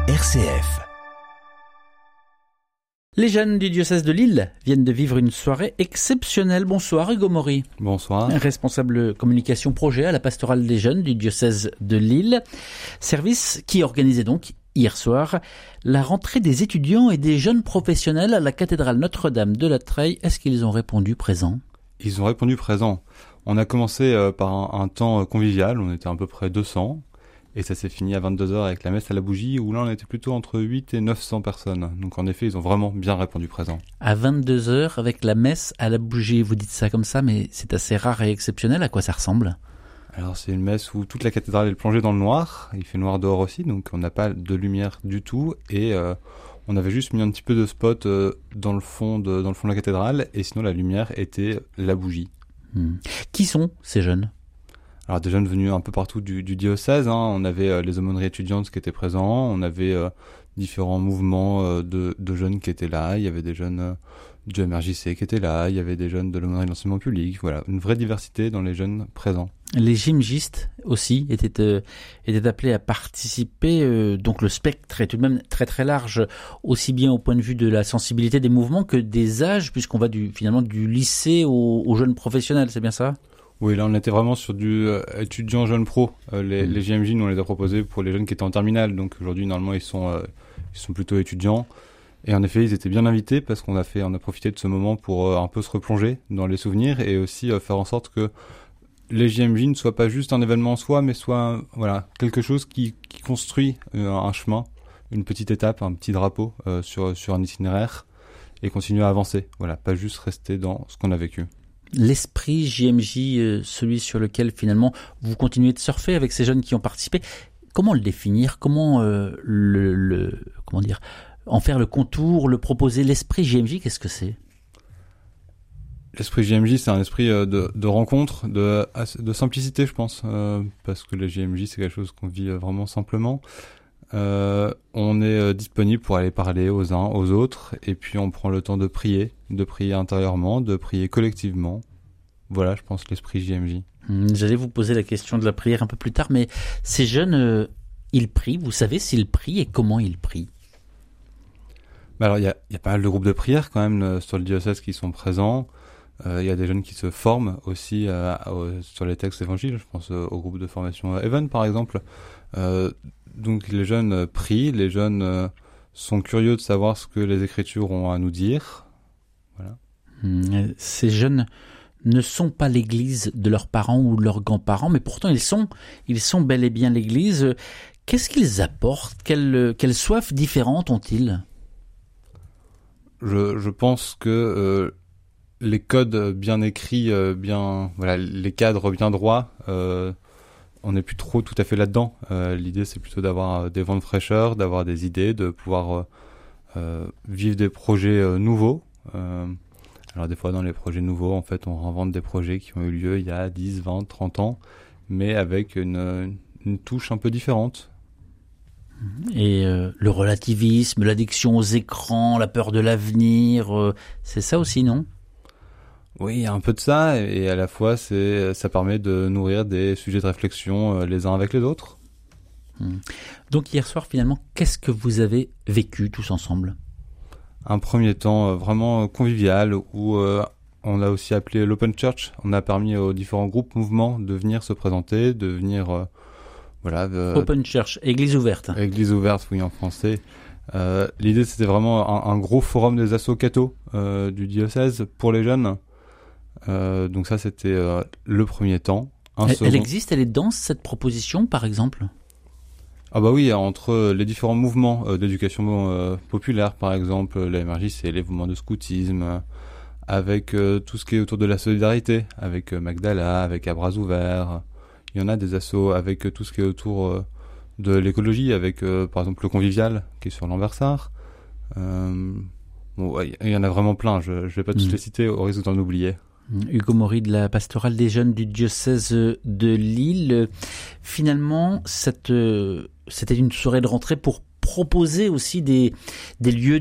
RCF. Les jeunes du diocèse de Lille viennent de vivre une soirée exceptionnelle. Bonsoir Hugo Maury. Bonsoir. Responsable communication projet à la pastorale des jeunes du diocèse de Lille. Service qui organisait donc hier soir la rentrée des étudiants et des jeunes professionnels à la cathédrale Notre-Dame de la Treille. Est-ce qu'ils ont répondu présent ? Ils ont répondu présent. On a commencé par un temps convivial, on était à peu près 200. Et ça s'est fini à 22h avec la messe à la bougie, où là on était plutôt entre 8 et 900 personnes. Donc en effet, ils ont vraiment bien répondu présent. À 22h avec la messe à la bougie, vous dites ça comme ça, mais c'est assez rare et exceptionnel. À quoi ça ressemble ? Alors c'est une messe où toute la cathédrale est plongée dans le noir. Il fait noir dehors aussi, donc on n'a pas de lumière du tout. Et on avait juste mis un petit peu de spot dans le fond de la cathédrale. Et sinon la lumière était la bougie. Qui sont ces jeunes ? Alors des jeunes venus un peu partout du diocèse, hein. On avait les aumôneries étudiantes qui étaient présents, on avait différents mouvements de jeunes qui étaient là, il y avait des jeunes du MRJC qui étaient là, il y avait des jeunes de l'aumônerie de l'enseignement public, voilà, une vraie diversité dans les jeunes présents. Les gymgistes aussi étaient appelés à participer, donc le spectre est tout de même très très large, aussi bien au point de vue de la sensibilité des mouvements que des âges, puisqu'on va finalement du lycée aux jeunes professionnels, c'est bien ça ? Oui, là on était vraiment sur du étudiant jeune pro. Les JMJ, nous on les a proposés pour les jeunes qui étaient en terminale, donc aujourd'hui normalement ils sont plutôt étudiants. Et en effet, ils étaient bien invités parce qu'on a profité de ce moment pour un peu se replonger dans les souvenirs et aussi faire en sorte que les JMJ ne soient pas juste un événement en soi, mais soit quelque chose qui construit un chemin, une petite étape, un petit drapeau sur un itinéraire et continuer à avancer. Voilà, pas juste rester dans ce qu'on a vécu. L'esprit JMJ, celui sur lequel finalement vous continuez de surfer avec ces jeunes qui ont participé, comment le définir ? Comment en faire le contour, le proposer ? L'esprit JMJ, qu'est-ce que c'est ? L'esprit JMJ, c'est un esprit de rencontre, de simplicité, je pense, parce que les JMJ, c'est quelque chose qu'on vit vraiment simplement. On est disponible pour aller parler aux uns, aux autres, et puis on prend le temps de prier intérieurement, de prier collectivement. Voilà, je pense, l'esprit JMJ. J'allais vous poser la question de la prière un peu plus tard, mais ces jeunes, ils prient, vous savez s'ils prient et comment ils prient ? Alors, il y a pas mal de groupes de prière quand même sur le diocèse qui sont présents. Il y a des jeunes qui se forment aussi sur les textes évangiles. Je pense au groupe de formation Even, par exemple. Donc les jeunes prient, les jeunes sont curieux de savoir ce que les Écritures ont à nous dire. Voilà. Ces jeunes ne sont pas l'Église de leurs parents ou de leurs grands-parents, mais pourtant ils sont bel et bien l'Église. Qu'est-ce qu'ils apportent ? Quelle soif différente ont-ils ? Je pense que les codes bien écrits, les cadres bien droits, on n'est plus trop tout à fait là-dedans. L'idée, c'est plutôt d'avoir des vents de fraîcheur, d'avoir des idées, de pouvoir vivre des projets nouveaux. Alors des fois, dans les projets nouveaux, en fait, on réinvente des projets qui ont eu lieu il y a 10, 20, 30 ans, mais avec une touche un peu différente. Et le relativisme, l'addiction aux écrans, la peur de l'avenir, c'est ça aussi, non ? Oui, il y a un peu de ça, et à la fois, ça permet de nourrir des sujets de réflexion les uns avec les autres. Donc hier soir, finalement, qu'est-ce que vous avez vécu tous ensemble ? Un premier temps vraiment convivial, où on a aussi appelé l'Open Church. On a permis aux différents groupes, mouvements de venir se présenter, de venir... Open Church, église ouverte. Église ouverte, oui, en français. L'idée, c'était vraiment un gros forum des assos catho du diocèse pour les jeunes. Donc ça, c'était le premier temps. Elle existe, elle est dans cette proposition, par exemple ? Ah bah oui, entre les différents mouvements d'éducation populaire, par exemple, la MRJC, les mouvements de scoutisme, avec tout ce qui est autour de la solidarité, avec Magdala, avec À Bras Ouverts. Il y en a des assos avec tout ce qui est autour de l'écologie, avec par exemple le Convivial, qui est sur l'Anversard. Il y en a vraiment plein, je vais pas tous les citer au risque d'en oublier. Hugo Maury de la pastorale des jeunes du diocèse de Lille. Finalement, c'était une soirée de rentrée pour proposer aussi des lieux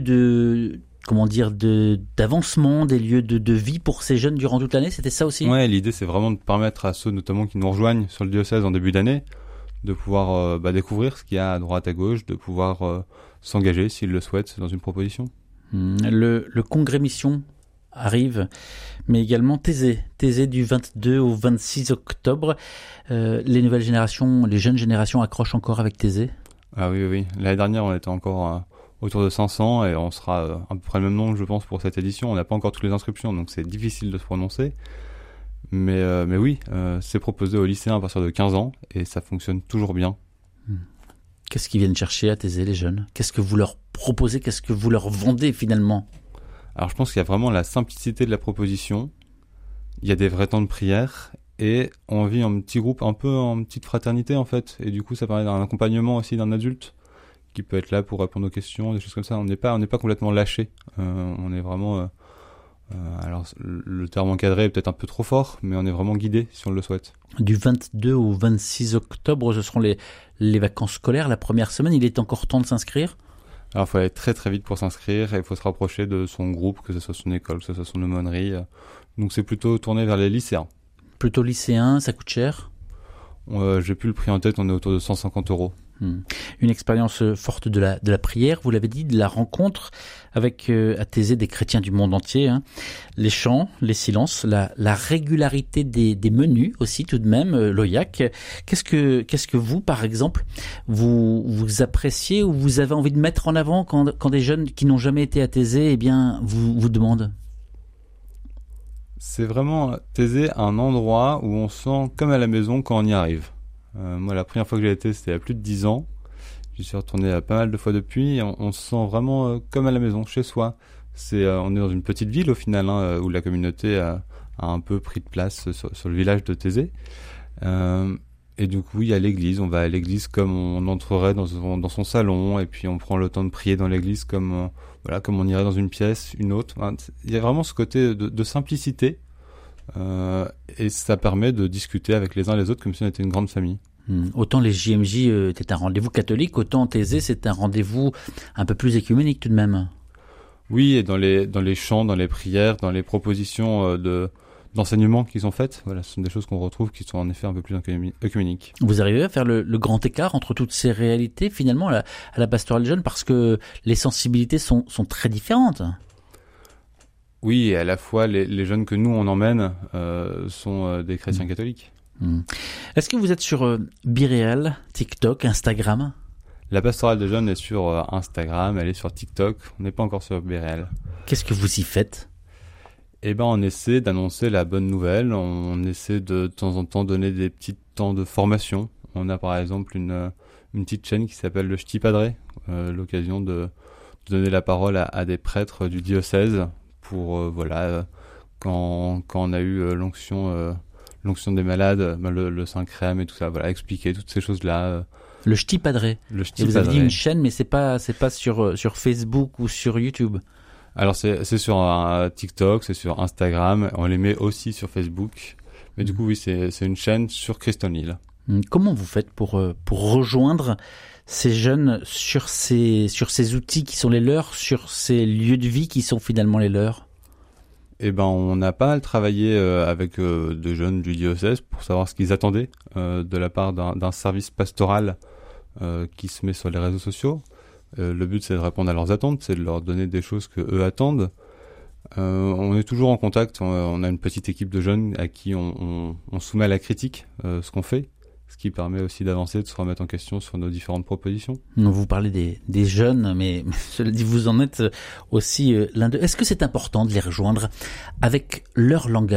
d'avancement, des lieux de vie pour ces jeunes durant toute l'année. C'était ça aussi ? Ouais, l'idée c'est vraiment de permettre à ceux notamment qui nous rejoignent sur le diocèse en début d'année de pouvoir découvrir ce qu'il y a à droite à gauche, de pouvoir s'engager s'ils le souhaitent dans une proposition. Le congrès mission arrive, mais également Thésée du 22 au 26 octobre. Les nouvelles générations, les jeunes générations accrochent encore avec Thésée. Ah oui. L'année dernière, on était encore autour de 500 et on sera à peu près le même nombre, je pense, pour cette édition. On n'a pas encore toutes les inscriptions, donc c'est difficile de se prononcer. Mais oui, c'est proposé aux lycéens à partir de 15 ans et ça fonctionne toujours bien. Qu'est-ce qu'ils viennent chercher à Thésée, les jeunes ? Qu'est-ce que vous leur proposez ? Qu'est-ce que vous leur vendez finalement ? Alors je pense qu'il y a vraiment la simplicité de la proposition. Il y a des vrais temps de prière et on vit en petit groupe, un peu en petite fraternité en fait. Et du coup, ça permet d'un accompagnement aussi d'un adulte qui peut être là pour répondre aux questions, des choses comme ça. On n'est pas complètement lâché. On est vraiment... alors le terme encadré est peut-être un peu trop fort, mais on est vraiment guidé si on le souhaite. Du 22 au 26 octobre, ce seront les vacances scolaires, la première semaine. Il est encore temps de s'inscrire ? Alors il faut aller très très vite pour s'inscrire et il faut se rapprocher de son groupe, que ce soit son école, que ce soit son aumônerie. Donc c'est plutôt tourné vers les lycéens. Plutôt lycéen, ça coûte cher ? J'ai plus le prix en tête, on est autour de 150 €. Une expérience forte de la prière, vous l'avez dit, de la rencontre avec à Thésée des chrétiens du monde entier. Les chants, les silences, la régularité des menus aussi tout de même, Loyac. Qu'est-ce que vous, par exemple, vous appréciez ou vous avez envie de mettre en avant quand des jeunes qui n'ont jamais été à Thésée, vous demandent ? C'est vraiment Thésée, un endroit où on se sent comme à la maison quand on y arrive. Moi, la première fois que j'ai été, c'était il y a plus de 10 ans. J'y suis retourné pas mal de fois depuis. On se sent vraiment comme à la maison, chez soi. On est dans une petite ville au final, où la communauté a un peu pris de place sur le village de Thésée. Et du coup, il y a l'église. On va à l'église comme on entrerait dans son salon, et puis on prend le temps de prier dans l'église comme on irait dans une pièce, une autre. Il y a vraiment ce côté de simplicité. Et ça permet de discuter avec les uns les autres comme si on était une grande famille. Autant les JMJ étaient un rendez-vous catholique, autant Thésée c'est un rendez-vous un peu plus écuménique tout de même. Oui, et dans les chants, dans les prières, dans les propositions d'enseignement qui sont faites, voilà, ce sont des choses qu'on retrouve qui sont en effet un peu plus œcuméniques. Vous arrivez à faire le grand écart entre toutes ces réalités finalement à la pastorale jeune, parce que les sensibilités sont très différentes. Oui, et à la fois les jeunes que nous on emmène sont des chrétiens catholiques. Est-ce que vous êtes sur Biréal, TikTok, Instagram ? La pastorale des jeunes est sur Instagram, elle est sur TikTok, on n'est pas encore sur Biréal. Qu'est-ce que vous y faites ? On essaie d'annoncer la bonne nouvelle, on essaie de temps en temps donner des petits temps de formation. On a par exemple une petite chaîne qui s'appelle le Ch'ti Padré, l'occasion de donner la parole à des prêtres du diocèse pour quand on a eu l'onction des malades, le Saint-Crème et tout ça, expliquer toutes ces choses-là. Le Ch'ti Padré. Et vous avez dit une chaîne, mais c'est pas sur Facebook ou sur YouTube. Alors c'est sur TikTok, c'est sur Instagram, on les met aussi sur Facebook. Mais du coup oui, c'est une chaîne sur Christ on Île. Comment vous faites pour rejoindre ces jeunes sur ces outils qui sont les leurs, sur ces lieux de vie qui sont finalement les leurs ? On a pas mal travaillé avec des jeunes du diocèse pour savoir ce qu'ils attendaient de la part d'un service pastoral qui se met sur les réseaux sociaux. Le but, c'est de répondre à leurs attentes, c'est de leur donner des choses que eux attendent. On est toujours en contact, on a une petite équipe de jeunes à qui on soumet à la critique ce qu'on fait, ce qui permet aussi d'avancer, de se remettre en question sur nos différentes propositions. Vous parlez des jeunes, mais cela dit, vous en êtes aussi l'un d'eux. Est-ce que c'est important de les rejoindre avec leur langage ?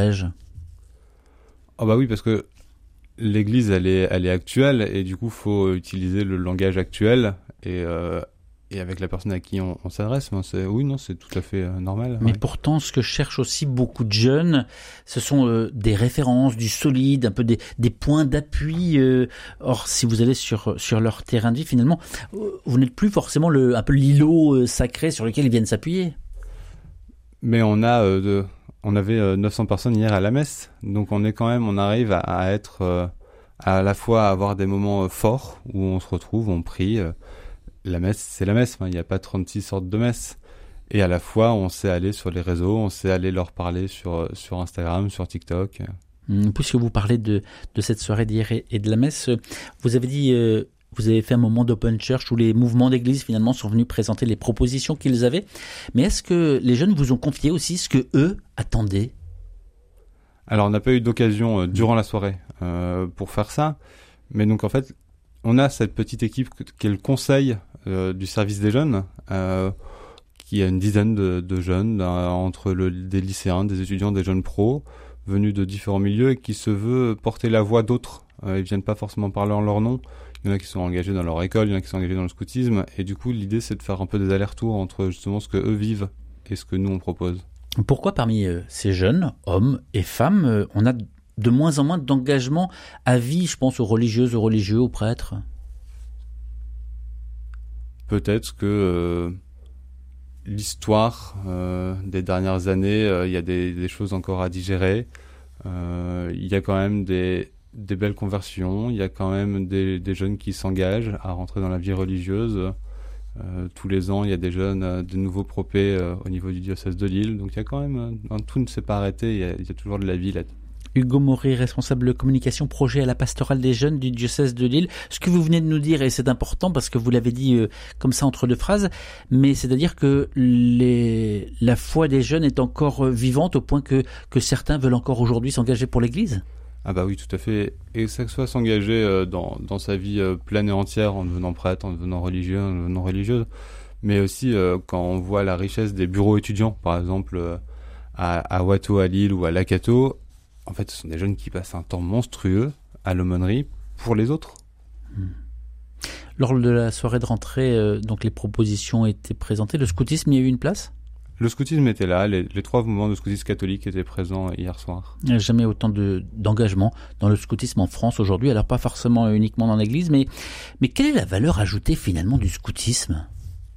Ah bah oui, parce que l'Église, elle est actuelle, et du coup, faut utiliser le langage actuel, et avec la personne à qui on s'adresse, c'est tout à fait normal. Mais pourtant, ce que cherchent aussi beaucoup de jeunes, ce sont des références, du solide, un peu des points d'appui. Or, si vous allez sur leur terrain de vie, finalement, vous n'êtes plus forcément un peu l'îlot sacré sur lequel ils viennent s'appuyer. Mais on avait 900 personnes hier à la messe, donc on arrive à être à la fois à avoir des moments forts où on se retrouve, on prie. La messe, c'est la messe, il n'y a pas 36 sortes de messes. Et à la fois, on sait aller sur les réseaux, on sait aller leur parler sur Instagram, sur TikTok. Puisque vous parlez de cette soirée d'hier et de la messe, vous avez dit, vous avez fait un moment d'open church où les mouvements d'église finalement sont venus présenter les propositions qu'ils avaient. Mais est-ce que les jeunes vous ont confié aussi ce que eux attendaient ? Alors, on n'a pas eu d'occasion durant la soirée pour faire ça. Mais donc, en fait, on a cette petite équipe qui est le conseil du service des jeunes, qui a une dizaine de jeunes, entre des lycéens, des étudiants, des jeunes pros, venus de différents milieux et qui se veut porter la voix d'autres. Ils viennent pas forcément parler en leur nom. Il y en a qui sont engagés dans leur école, il y en a qui sont engagés dans le scoutisme. Et du coup, l'idée, c'est de faire un peu des allers-retours entre justement ce que eux vivent et ce que nous, on propose. Pourquoi parmi ces jeunes, hommes et femmes, on a de moins en moins d'engagement à vie, je pense aux religieuses, aux religieux, aux prêtres ? Peut-être que l'histoire des dernières années, il y a des choses encore à digérer. Il y a quand même des belles conversions, il y a quand même des jeunes qui s'engagent à rentrer dans la vie religieuse. Tous les ans, il y a des jeunes, de nouveaux propés au niveau du diocèse de Lille. Donc il y a quand même, tout ne s'est pas arrêté, il y a toujours de la vie là. Hugo Maury, responsable communication projet à la pastorale des jeunes du diocèse de Lille. Ce que vous venez de nous dire, et c'est important parce que vous l'avez dit comme ça entre deux phrases, mais c'est-à-dire que la foi des jeunes est encore vivante au point que certains veulent encore aujourd'hui s'engager pour l'Église ? Ah bah oui, tout à fait. Et que ça soit s'engager dans sa vie pleine et entière en devenant prêtre, en devenant religieux, en devenant religieuse, mais aussi quand on voit la richesse des bureaux étudiants, par exemple à Watteau, à Lille ou à Lakato. En fait, ce sont des jeunes qui passent un temps monstrueux à l'aumônerie pour les autres. Lors de la soirée de rentrée, donc les propositions étaient présentées. Le scoutisme y a eu une place ? Le scoutisme était là. Les 3 mouvements de scoutisme catholique étaient présents hier soir. Il n'y a jamais autant d'engagement dans le scoutisme en France aujourd'hui. Alors pas forcément uniquement dans l'église, mais quelle est la valeur ajoutée finalement du scoutisme ?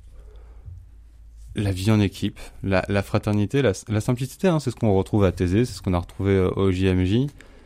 La vie en équipe, la fraternité, la simplicité, c'est ce qu'on retrouve à Thésée, c'est ce qu'on a retrouvé au JMJ.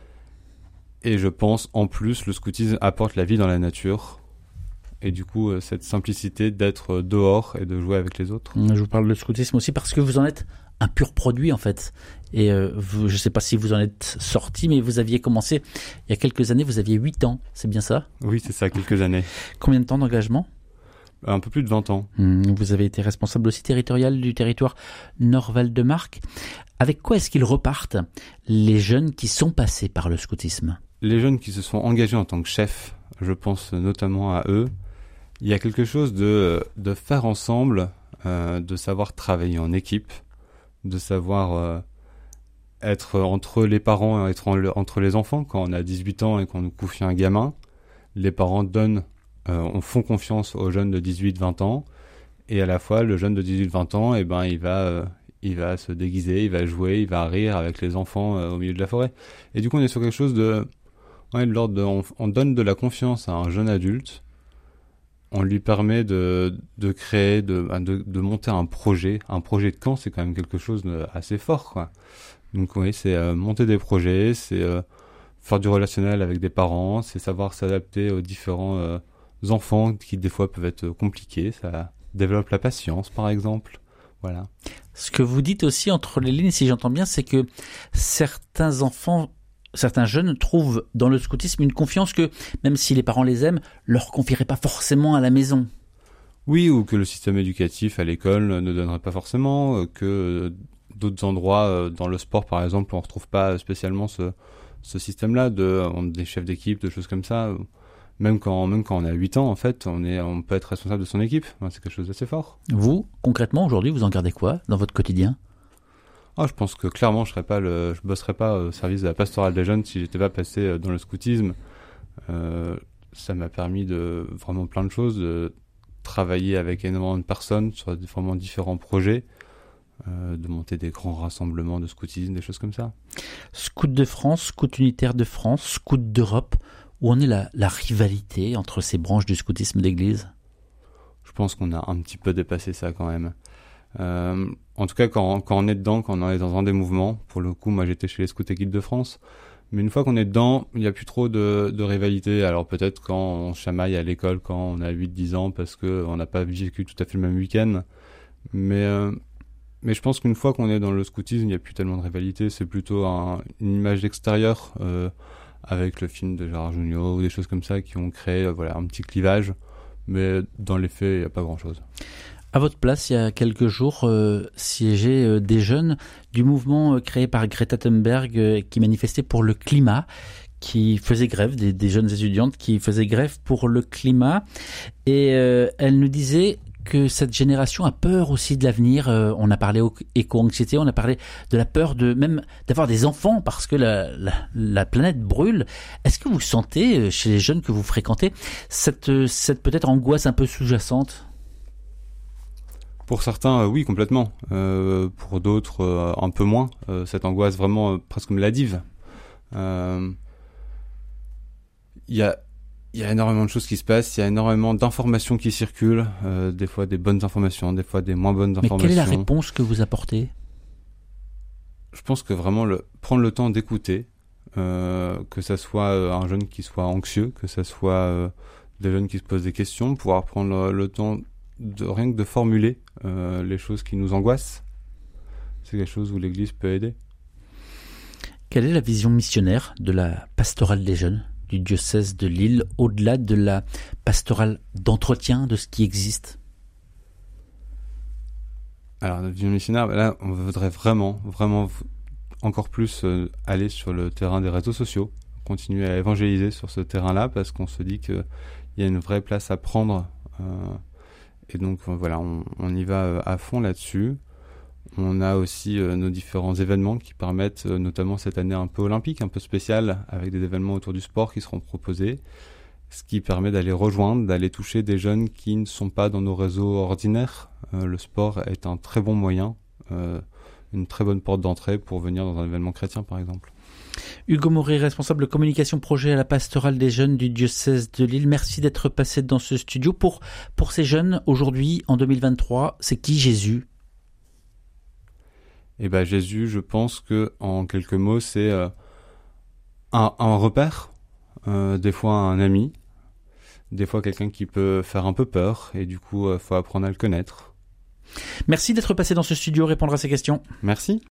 Et je pense, en plus, le scoutisme apporte la vie dans la nature. Et du coup, cette simplicité d'être dehors et de jouer avec les autres. Je vous parle de scoutisme aussi parce que vous en êtes un pur produit, en fait. Et je ne sais pas si vous en êtes sorti, mais vous aviez commencé il y a quelques années, vous aviez 8 ans, c'est bien ça ? Oui, c'est ça, quelques années. Combien de temps d'engagement ? Un peu plus de 20 ans. Vous avez été responsable aussi territorial du territoire Nord-Val-de-Marque. Avec quoi est-ce qu'ils repartent, les jeunes qui sont passés par le scoutisme ? Les jeunes qui se sont engagés en tant que chefs, je pense notamment à eux. Il y a quelque chose de faire ensemble, de savoir travailler en équipe, de savoir être entre les parents et être entre les enfants. Quand on a 18 ans et qu'on nous confie un gamin, les parents font confiance aux jeunes de 18-20 ans, et à la fois le jeune de 18-20 ans, il va se déguiser, il va jouer, il va rire avec les enfants au milieu de la forêt. Et du coup, on est sur quelque chose de l'ordre de, on donne de la confiance à un jeune adulte, on lui permet de créer, de monter un projet de camp, c'est quand même quelque chose d'assez fort, quoi. Donc oui, c'est monter des projets, c'est faire du relationnel avec des parents, c'est savoir s'adapter aux différents enfants qui des fois peuvent être compliqués, ça développe la patience par exemple, voilà. Ce que vous dites aussi entre les lignes, si j'entends bien, c'est que certains jeunes trouvent dans le scoutisme une confiance que, même si les parents les aiment, leur confieraient pas forcément à la maison. Oui, ou que le système éducatif à l'école ne donnerait pas forcément, que d'autres endroits, dans le sport par exemple, on retrouve pas spécialement ce système-là des chefs d'équipe, de choses comme ça. Même quand on a 8 ans, en fait, on peut être responsable de son équipe. C'est quelque chose d'assez fort. Vous, concrètement, aujourd'hui, vous en gardez quoi dans votre quotidien ? Je pense que clairement, je bosserais pas au service de la pastorale des jeunes si j'étais pas passé dans le scoutisme. Ça m'a permis de vraiment plein de choses, de travailler avec énormément de personnes sur vraiment différents projets, de monter des grands rassemblements de scoutisme, des choses comme ça. Scout de France, Scout unitaire de France, Scout d'Europe. Où en est la rivalité entre ces branches du scoutisme d'église ? Je pense qu'on a un petit peu dépassé ça quand même. En tout cas, quand on est dedans, quand on est dans un des mouvements, pour le coup, moi j'étais chez les Scouts Équipe de France, mais une fois qu'on est dedans, il n'y a plus trop de rivalité. Alors peut-être quand on chamaille à l'école, quand on a 8-10 ans, parce qu'on n'a pas vécu tout à fait le même week-end, mais Mais je pense qu'une fois qu'on est dans le scoutisme, il n'y a plus tellement de rivalité. C'est plutôt une image d'extérieur, avec le film de Gérard Jugnot ou des choses comme ça qui ont créé un petit clivage. Mais dans les faits, il n'y a pas grand-chose. À votre place, il y a quelques jours, siégeaient des jeunes du mouvement créé par Greta Thunberg qui manifestait pour le climat, qui faisaient grève, des jeunes étudiantes qui faisaient grève pour le climat. Et elle nous disait que cette génération a peur aussi de l'avenir. On a parlé éco-anxiété, on a parlé de la peur même d'avoir des enfants parce que la planète brûle. Est-ce que vous sentez, chez les jeunes que vous fréquentez, cette peut-être angoisse un peu sous-jacente ? Pour certains, oui, complètement. Pour d'autres, un peu moins. Cette angoisse vraiment presque maladive. Il y a énormément de choses qui se passent, il y a énormément d'informations qui circulent, des fois des bonnes informations, des fois des moins bonnes informations. Mais quelle est la réponse que vous apportez ? Je pense que vraiment prendre le temps d'écouter, que ça soit un jeune qui soit anxieux, que ça soit des jeunes qui se posent des questions, pouvoir prendre le temps rien que de formuler les choses qui nous angoissent, c'est quelque chose où l'Église peut aider. Quelle est la vision missionnaire de la pastorale des jeunes du diocèse de Lille, au-delà de la pastorale d'entretien de ce qui existe ? Alors, la vision missionnaire, là, on voudrait vraiment encore plus aller sur le terrain des réseaux sociaux, continuer à évangéliser sur ce terrain-là, parce qu'on se dit qu'il y a une vraie place à prendre. Et donc, on y va à fond là-dessus. On a aussi nos différents événements qui permettent, notamment cette année un peu olympique, un peu spéciale, avec des événements autour du sport qui seront proposés, ce qui permet d'aller rejoindre, d'aller toucher des jeunes qui ne sont pas dans nos réseaux ordinaires. Le sport est un très bon moyen, une très bonne porte d'entrée pour venir dans un événement chrétien, par exemple. Hugo Maury, responsable communication projet à la pastorale des jeunes du diocèse de Lille. Merci d'être passé dans ce studio. Pour ces jeunes, aujourd'hui, en 2023, c'est qui Jésus ? Jésus, je pense que en quelques mots, c'est un repère, des fois un ami, des fois quelqu'un qui peut faire un peu peur, et du coup, faut apprendre à le connaître. Merci d'être passé dans ce studio, répondre à ces questions. Merci.